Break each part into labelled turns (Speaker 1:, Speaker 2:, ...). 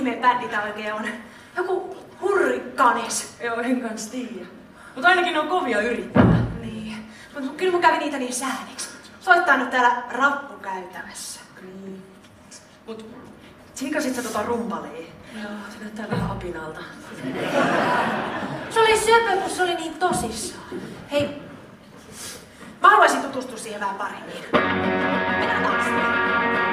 Speaker 1: ihmeen bändi tää oikein on? Joku Hurrikanes.
Speaker 2: Joo, en kans tiedä. Mutta ainakin ne on kovia yrittää.
Speaker 1: Niin. Mutta kyllä mun kävi niitä niin sääliksi. Soittaa nyt täällä rappukäytävässä.
Speaker 2: Niin. Mut tsiikasit sä rumpalee?
Speaker 1: Joo.
Speaker 2: Se näyttää vähän apinalta.
Speaker 1: Se oli söpö, kun se oli niin tosissaan. Hei, mä haluaisin tutustua siihen vähän paremmin. Mennään tanssimaan.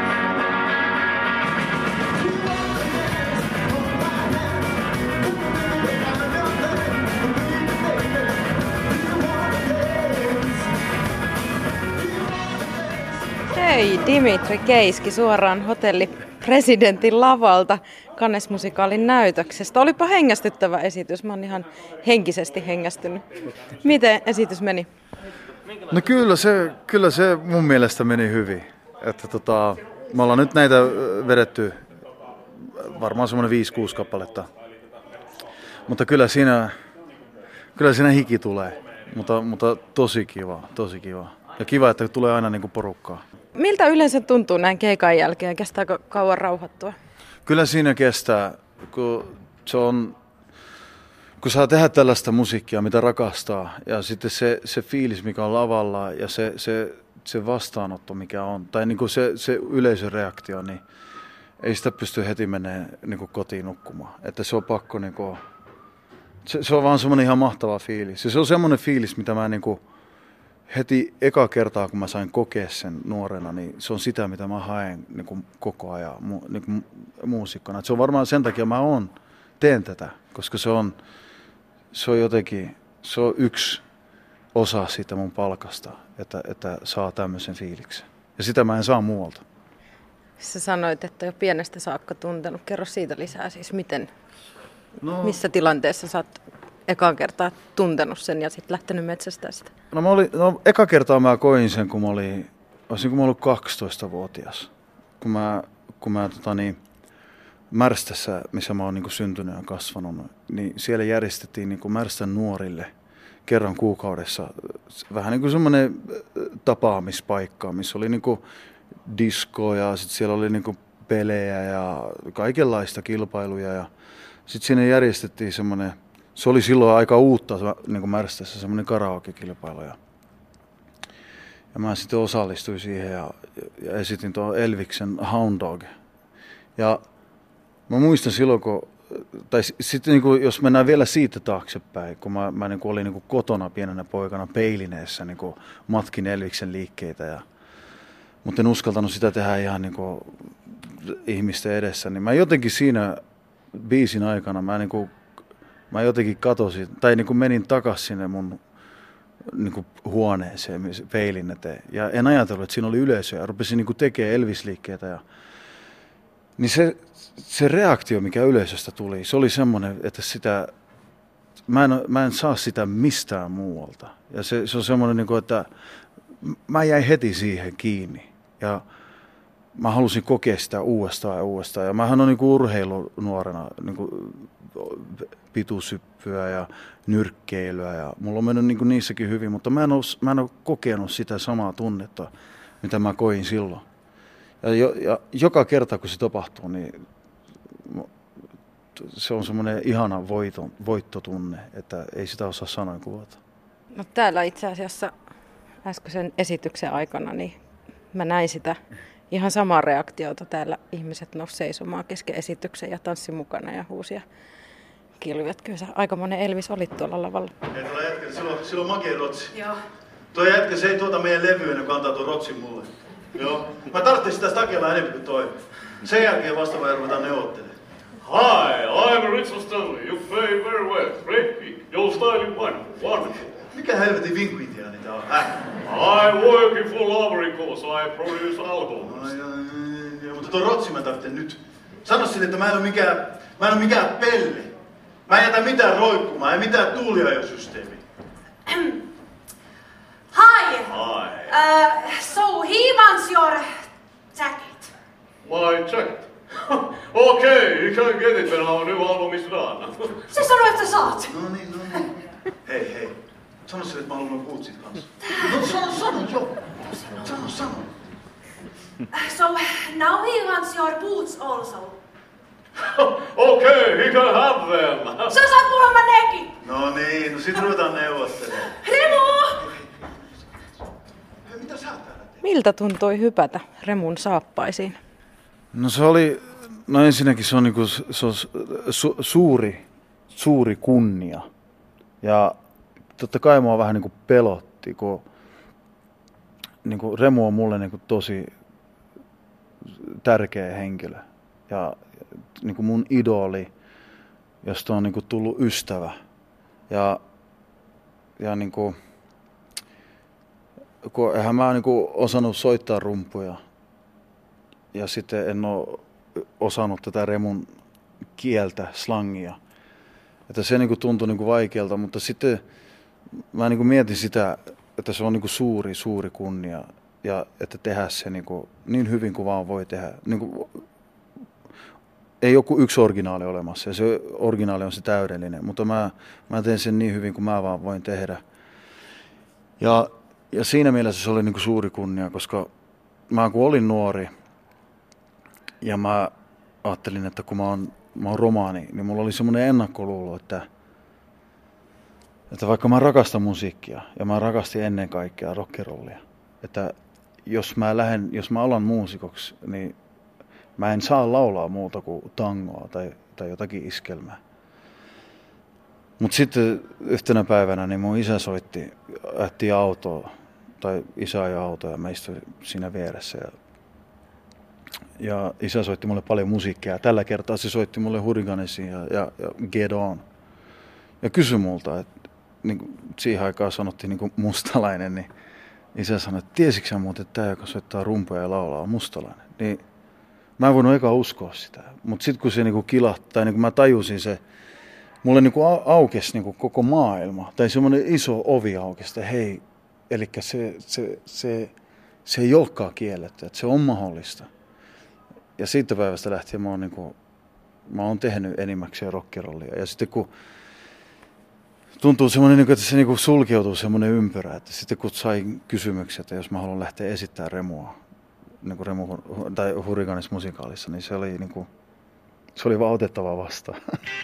Speaker 3: Hei, Dimitri Keiski suoraan Hotelli Presidentin lavalta Cannes-musikaalin näytöksestä. Olipa hengästyttävä esitys. Mä oon ihan henkisesti hengästynyt. Miten esitys meni?
Speaker 4: No kyllä se mun mielestä meni hyvin. Että me ollaan nyt näitä vedetty varmaan semmoinen 5-6 kappaletta. Mutta kyllä siinä hiki tulee. Mutta tosi kiva. Ja kiva, että tulee aina niin kuin porukkaa.
Speaker 3: Miltä yleensä tuntuu näin keikan jälkeen? Kestääkö kauan rauhoittua?
Speaker 4: Kyllä siinä kestää, kun saa tehdä tällaista musiikkia, mitä rakastaa. Ja sitten se fiilis, mikä on lavalla ja se vastaanotto, mikä on. Tai niin kuin se yleisöreaktio, niin ei sitä pysty heti menemään niin kuin kotiin nukkumaan. Että se on pakko, niin kuin, se on vaan semmoinen ihan mahtava fiilis. Ja se on semmoinen fiilis, mitä mä niin kuin heti eka kertaa, kun mä sain kokea sen nuorena, niin se on sitä, mitä mä haen niin kuin koko ajan niin kuin muusikkona. Et se on varmaan sen takia mä teen tätä, koska se on jotenkin, se on yksi osa siitä mun palkasta, että saa tämmöisen fiiliksen. Ja sitä mä en saa muualta.
Speaker 3: Sä sanoit, että jo pienestä saakka tuntenut. Kerro siitä lisää, siis missä tilanteessa sä oot ekaan kertaa tuntenut sen ja sitten lähtenyt metsästää sitä?
Speaker 4: Eka kertaa mä koin sen, kun mä olin 12-vuotias. Kun mä Märstässä, missä mä oon niin kuin syntynyt ja kasvanut, niin siellä järjestettiin niin kuin Märstän nuorille kerran kuukaudessa vähän niin kuin semmoinen tapaamispaikka, missä oli niin kuin diskoa ja sitten siellä oli niin kuin pelejä ja kaikenlaista kilpailuja. Ja sitten siinä järjestettiin semmoinen, se oli silloin aika uutta niin kuin Märstässä, semmoinen karaoke-kilpailu. Ja mä sitten osallistuin siihen ja esitin tuon Elviksen Hound Dog. Ja mä muistan silloin, tai sitten niin jos mennään vielä siitä taaksepäin, kun mä niin olin niin kotona pienenä poikana peilineessä, niin matkin Elviksen liikkeitä. Mutta en uskaltanut sitä tehdä ihan niin ihmisten edessä. Niin mä jotenkin siinä biisin aikana, mä jotenkin katosin, tai niin menin takaisin sinne mun niin huoneeseen peilin eteen. Ja en ajatellut, että siinä oli yleisö ja rupesin niin tekemään Elvis-liikkeitä. Niin se reaktio, mikä yleisöstä tuli, se oli semmoinen, että mä en saa sitä mistään muualta. Ja se on semmoinen, että mä jäin heti siihen kiinni. Ja mä halusin kokea sitä uudestaan ja uudestaan. Ja mähän on urheilu nuorena, pituushyppyä ja nyrkkeilyä. Ja mulla on mennyt niissäkin hyvin, mutta mä en ole kokenut sitä samaa tunnetta, mitä mä koin silloin. Ja joka kerta, kun se tapahtuu, niin se on semmoinen ihana voittotunne, että ei sitä osaa sanoin kuvata.
Speaker 3: No täällä itse asiassa äskeisen esityksen aikana, niin mä näin sitä ihan samaa reaktiota. Täällä ihmiset nousi seisomaan kesken esityksen ja tanssi mukana ja huusia kilviät. Kyllä sä aikamoinen Elvis olit tuolla lavalla.
Speaker 5: Hei, tuolla jätkä, sillä on makea rotsi.
Speaker 1: Joo.
Speaker 5: Tuo jätkä, se ei tuota meidän levyä ennen kuin antaa tuon rotsin mulle. Joo. Mä tarvitsin sitä stakella enemmän kuin toi. Sen jälkeen vasta me ruvetaan neuvottelemaan.
Speaker 6: Hi, I'm Richard Stanley. You play very well. Great pick. Your style is wonderful.
Speaker 5: Mikä helvetin vinkkuintiaani tää on?
Speaker 6: I'm working for Lavery cause I produce albums.
Speaker 5: Ai, mutta tuo rotsi mä tarvitsen nyt. Sano sille, että mä en oo mikään pelle. Mä en jätä mitään roikkumaan, ei mitään tuuliajosysteemiä.
Speaker 1: Hi!
Speaker 6: Hi.
Speaker 1: So he wants your jacket.
Speaker 6: My jacket? Okay, you can get it when our new album is done.
Speaker 1: Se sanoi, että saat.
Speaker 5: No niin. Hei. Sano sille, että mä haluan puutsit kanssa. No sano jo. Sano.
Speaker 1: So now he wants your boots also.
Speaker 6: Okay, he can have them.
Speaker 1: Sä saat kuulemma nekin!
Speaker 5: No niin, no sit ruvetaan neuvottelemaan.
Speaker 1: Remu!
Speaker 5: Hei, mitä sä täällä teet?
Speaker 3: Miltä tuntui hypätä Remun saappaisiin?
Speaker 4: No se oli, no ensinnäkin se on, niinku, se on suuri kunnia. Ja totta kai mua vähän niinku pelotti, kun niinku Remu on mulle niinku tosi tärkeä henkilö. Ja niinku mun idoli, josta on niinku tullut ystävä. Ja niinku, kun eihän mä niinku osannut soittaa rumpuja. Ja sitten en ole osannut tätä Remun kieltä, slangia. Että se niinku tuntui niinku vaikealta, mutta sitten mä niinku mietin sitä, että se on niinku suuri kunnia. Ja että tehdä se niinku niin hyvin kuin vaan voi tehdä. Niinku, ei joku yksi originaali olemassa ja se originaali on se täydellinen, mutta mä teen sen niin hyvin kuin mä vaan voin tehdä. Ja siinä mielessä se oli niinku suuri kunnia, koska mä kun olin nuori ja mä ajattelin, että kun mä oon romaani, niin mulla oli semmoinen ennakkoluulo, että vaikka mä rakastan musiikkia ja mä rakastin ennen kaikkea rock'n'rollia, että jos mä alan muusikoksi, niin mä en saa laulaa muuta kuin tangoa tai jotakin iskelmää. Mutta sitten yhtenä päivänä niin mun isä ähti autoa, tai isä ajoi autoa ja mä istuin siinä vieressä. Ja isä soitti mulle paljon musiikkia. Tällä kertaa se soitti mulle Hurricanesin ja Get On. Ja kysyi multa, että niin siihen aikaan sanottiin niin mustalainen, niin isä sanoi, että tiesitkö sä muuten, että tämä, joka soittaa rumpuja ja laulaa, on mustalainen. Niin mä en voinut eka uskoa sitä. Mutta sitten kun se niinku kilahti, tai niinku mä tajusin se, mulle niinku aukesi niinku koko maailma. Tai semmoinen iso ovi aukesi, että hei, eli se ei olekaan kielletty, että se on mahdollista. Ja siitä päivästä lähtien mä oon tehnyt enimmäkseen rock'n'rollia. Ja sitten kun tuntuu semmoinen, että se sulkeutuu semmoinen ympyrä, että sitten kun sain kysymyksiä, että jos mä haluan lähteä esittämään Remua, niin Remu tai Hurricanes musikaalissa, niin se oli vaan otettava vastaan.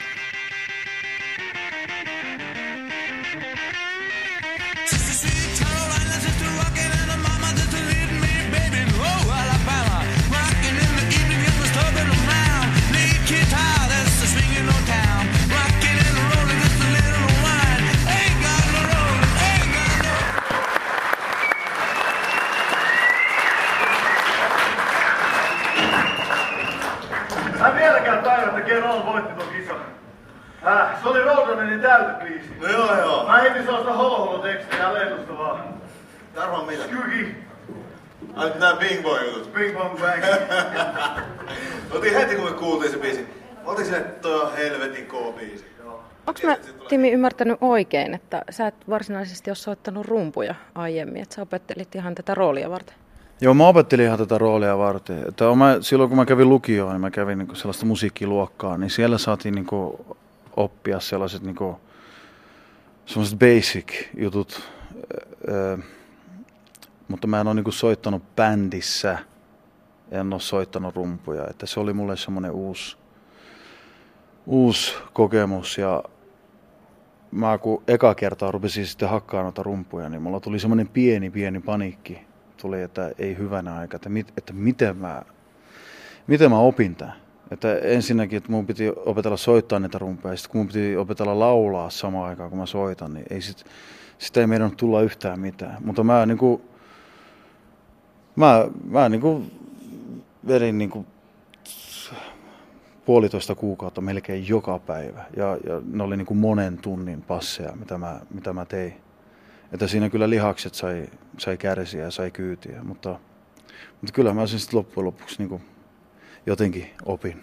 Speaker 5: Mä vieläkään tajunnut, että Get On voitti ton kisan. Se oli Rodonenin täytöbiisi.
Speaker 7: No joo.
Speaker 5: Mä heitin sellaista holo-holo-tekstiä ja lennusta vaan.
Speaker 7: Arvaa mitä?
Speaker 5: Skyki.
Speaker 7: Ai nää Bing Bong jutut.
Speaker 5: Bing Bong Bang.
Speaker 7: Otin heti kun me kuultiin se biisi. Otin sinne, että toi on helvetin K-biisi.
Speaker 3: Onko mä, Timi, ymmärtänyt oikein, että sä et varsinaisesti ole soittanut rumpuja aiemmin, että sä opettelit ihan tätä roolia varten?
Speaker 4: Joo, mä opettelin ihan tätä roolia varten. Että silloin kun mä kävin lukioon, niin mä kävin niinku sellaista musiikkiluokkaa, niin siellä saatiin niinku oppia sellaiset niinku, sellaiset basic jutut. Mutta mä en ole niinku soittanut bändissä, en ole soittanut rumpuja. Että se oli mulle semmoinen uusi kokemus. Ja mä kun eka kertaa rupesin sitten hakkaa noita rumpuja, niin mulla tuli semmoinen pieni paniikki. Tuli, että ei hyvänä aika, että miten mä opin tämän. Että ensinnäkin, että mun piti opetella soittaa niitä rumpuja, ja sitten kun mun piti opetella laulaa samaan aikaan, kun mä soitan, niin ei sitä ei meidän tulla yhtään mitään. Mutta mä vedin 1,5 kuukautta melkein joka päivä. Ja ne oli monen tunnin passeja, mitä mä tein. Että siinä kyllä lihakset sai kärsiä ja sai kyytiä, mutta kyllä mä sen sitten loppujen lopuksi jotenkin opin.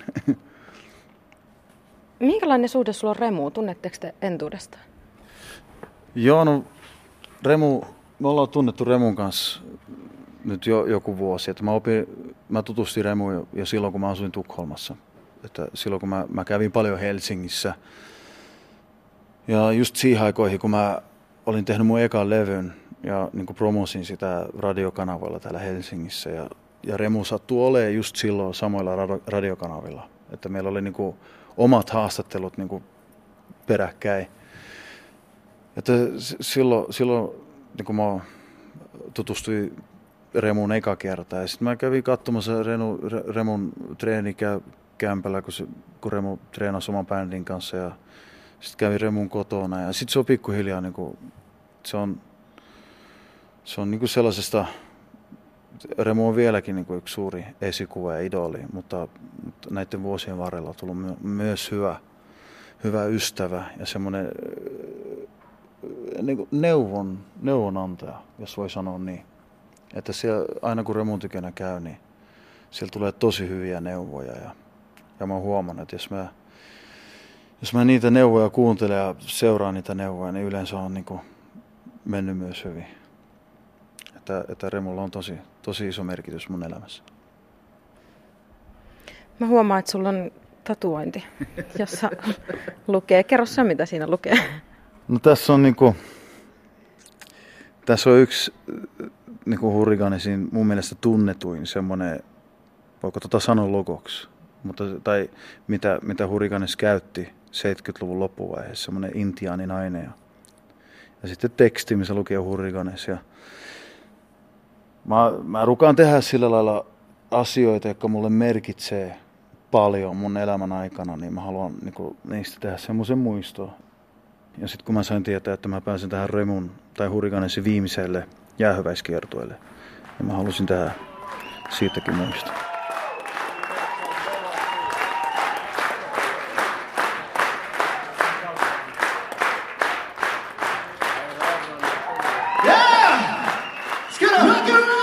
Speaker 3: Minkälainen suhde sulla on Remuun? Tunnetteko te entuudestaan?
Speaker 4: Joo, no me ollaan tunnettu Remun kanssa nyt jo joku vuosi. Että mä tutustin Remuun jo silloin, kun mä asuin Tukholmassa. Että silloin, kun mä kävin paljon Helsingissä. Ja just siihen aikoihin, kun mä olin tehnyt mun ekan levyn ja promosin sitä radiokanavalla täällä Helsingissä. Ja Remu sattuu olemaan just silloin samoilla radiokanavilla. että meillä oli niin kuin omat haastattelut niin kuin peräkkäin. Että silloin niin kuin mä tutustuin Remuun eka kertaa ja sitten mä kävin katsomassa Remun treenikämpällä, kun Remu treenasi oman bändin kanssa ja sitten kävin Remun kotona ja sitten se on pikkuhiljaa niin kuin, se on niin kuin sellaisesta, Remu on vieläkin niin kuin yksi suuri esikuva ja idoli, mutta näiden vuosien varrella on tullut myös hyvä ystävä ja semmoinen niin kuin neuvonantaja, jos voi sanoa niin. Että siellä, aina kun Remun tykönä käy, niin siellä tulee tosi hyviä neuvoja ja mä oon huomannut, että jos mä niitä neuvoja kuuntelen ja seuraan niitä neuvoja, niin yleensä on niin kuin mennyt myös hyvin. Että Remulla on tosi iso merkitys mun elämässä.
Speaker 3: Mä huomaan, että sulla on tatuointi, jossa lukee. Kerro sä, mitä siinä lukee.
Speaker 4: No tässä on yksi niinku Hurricanesin mun mielestä tunnetuin semmoinen, voiko sanoa logoksi, tai mitä Hurricanes käytti 70-luvun loppuvaiheessa, semmoinen intiaaninainen ja sitten teksti, missä lukee Hurricanes. Ja mä rukaan tehdä sillä lailla asioita, jotka mulle merkitsee paljon mun elämän aikana, niin mä haluan niinku niistä tehdä semmoisen muiston. Ja sitten kun mä sain tietää, että mä pääsen tähän Remun tai Hurricanesin viimeiselle jäähyväiskiertueelle, niin mä halusin tehdä siitäkin muistaa.
Speaker 5: Yeah! Ska du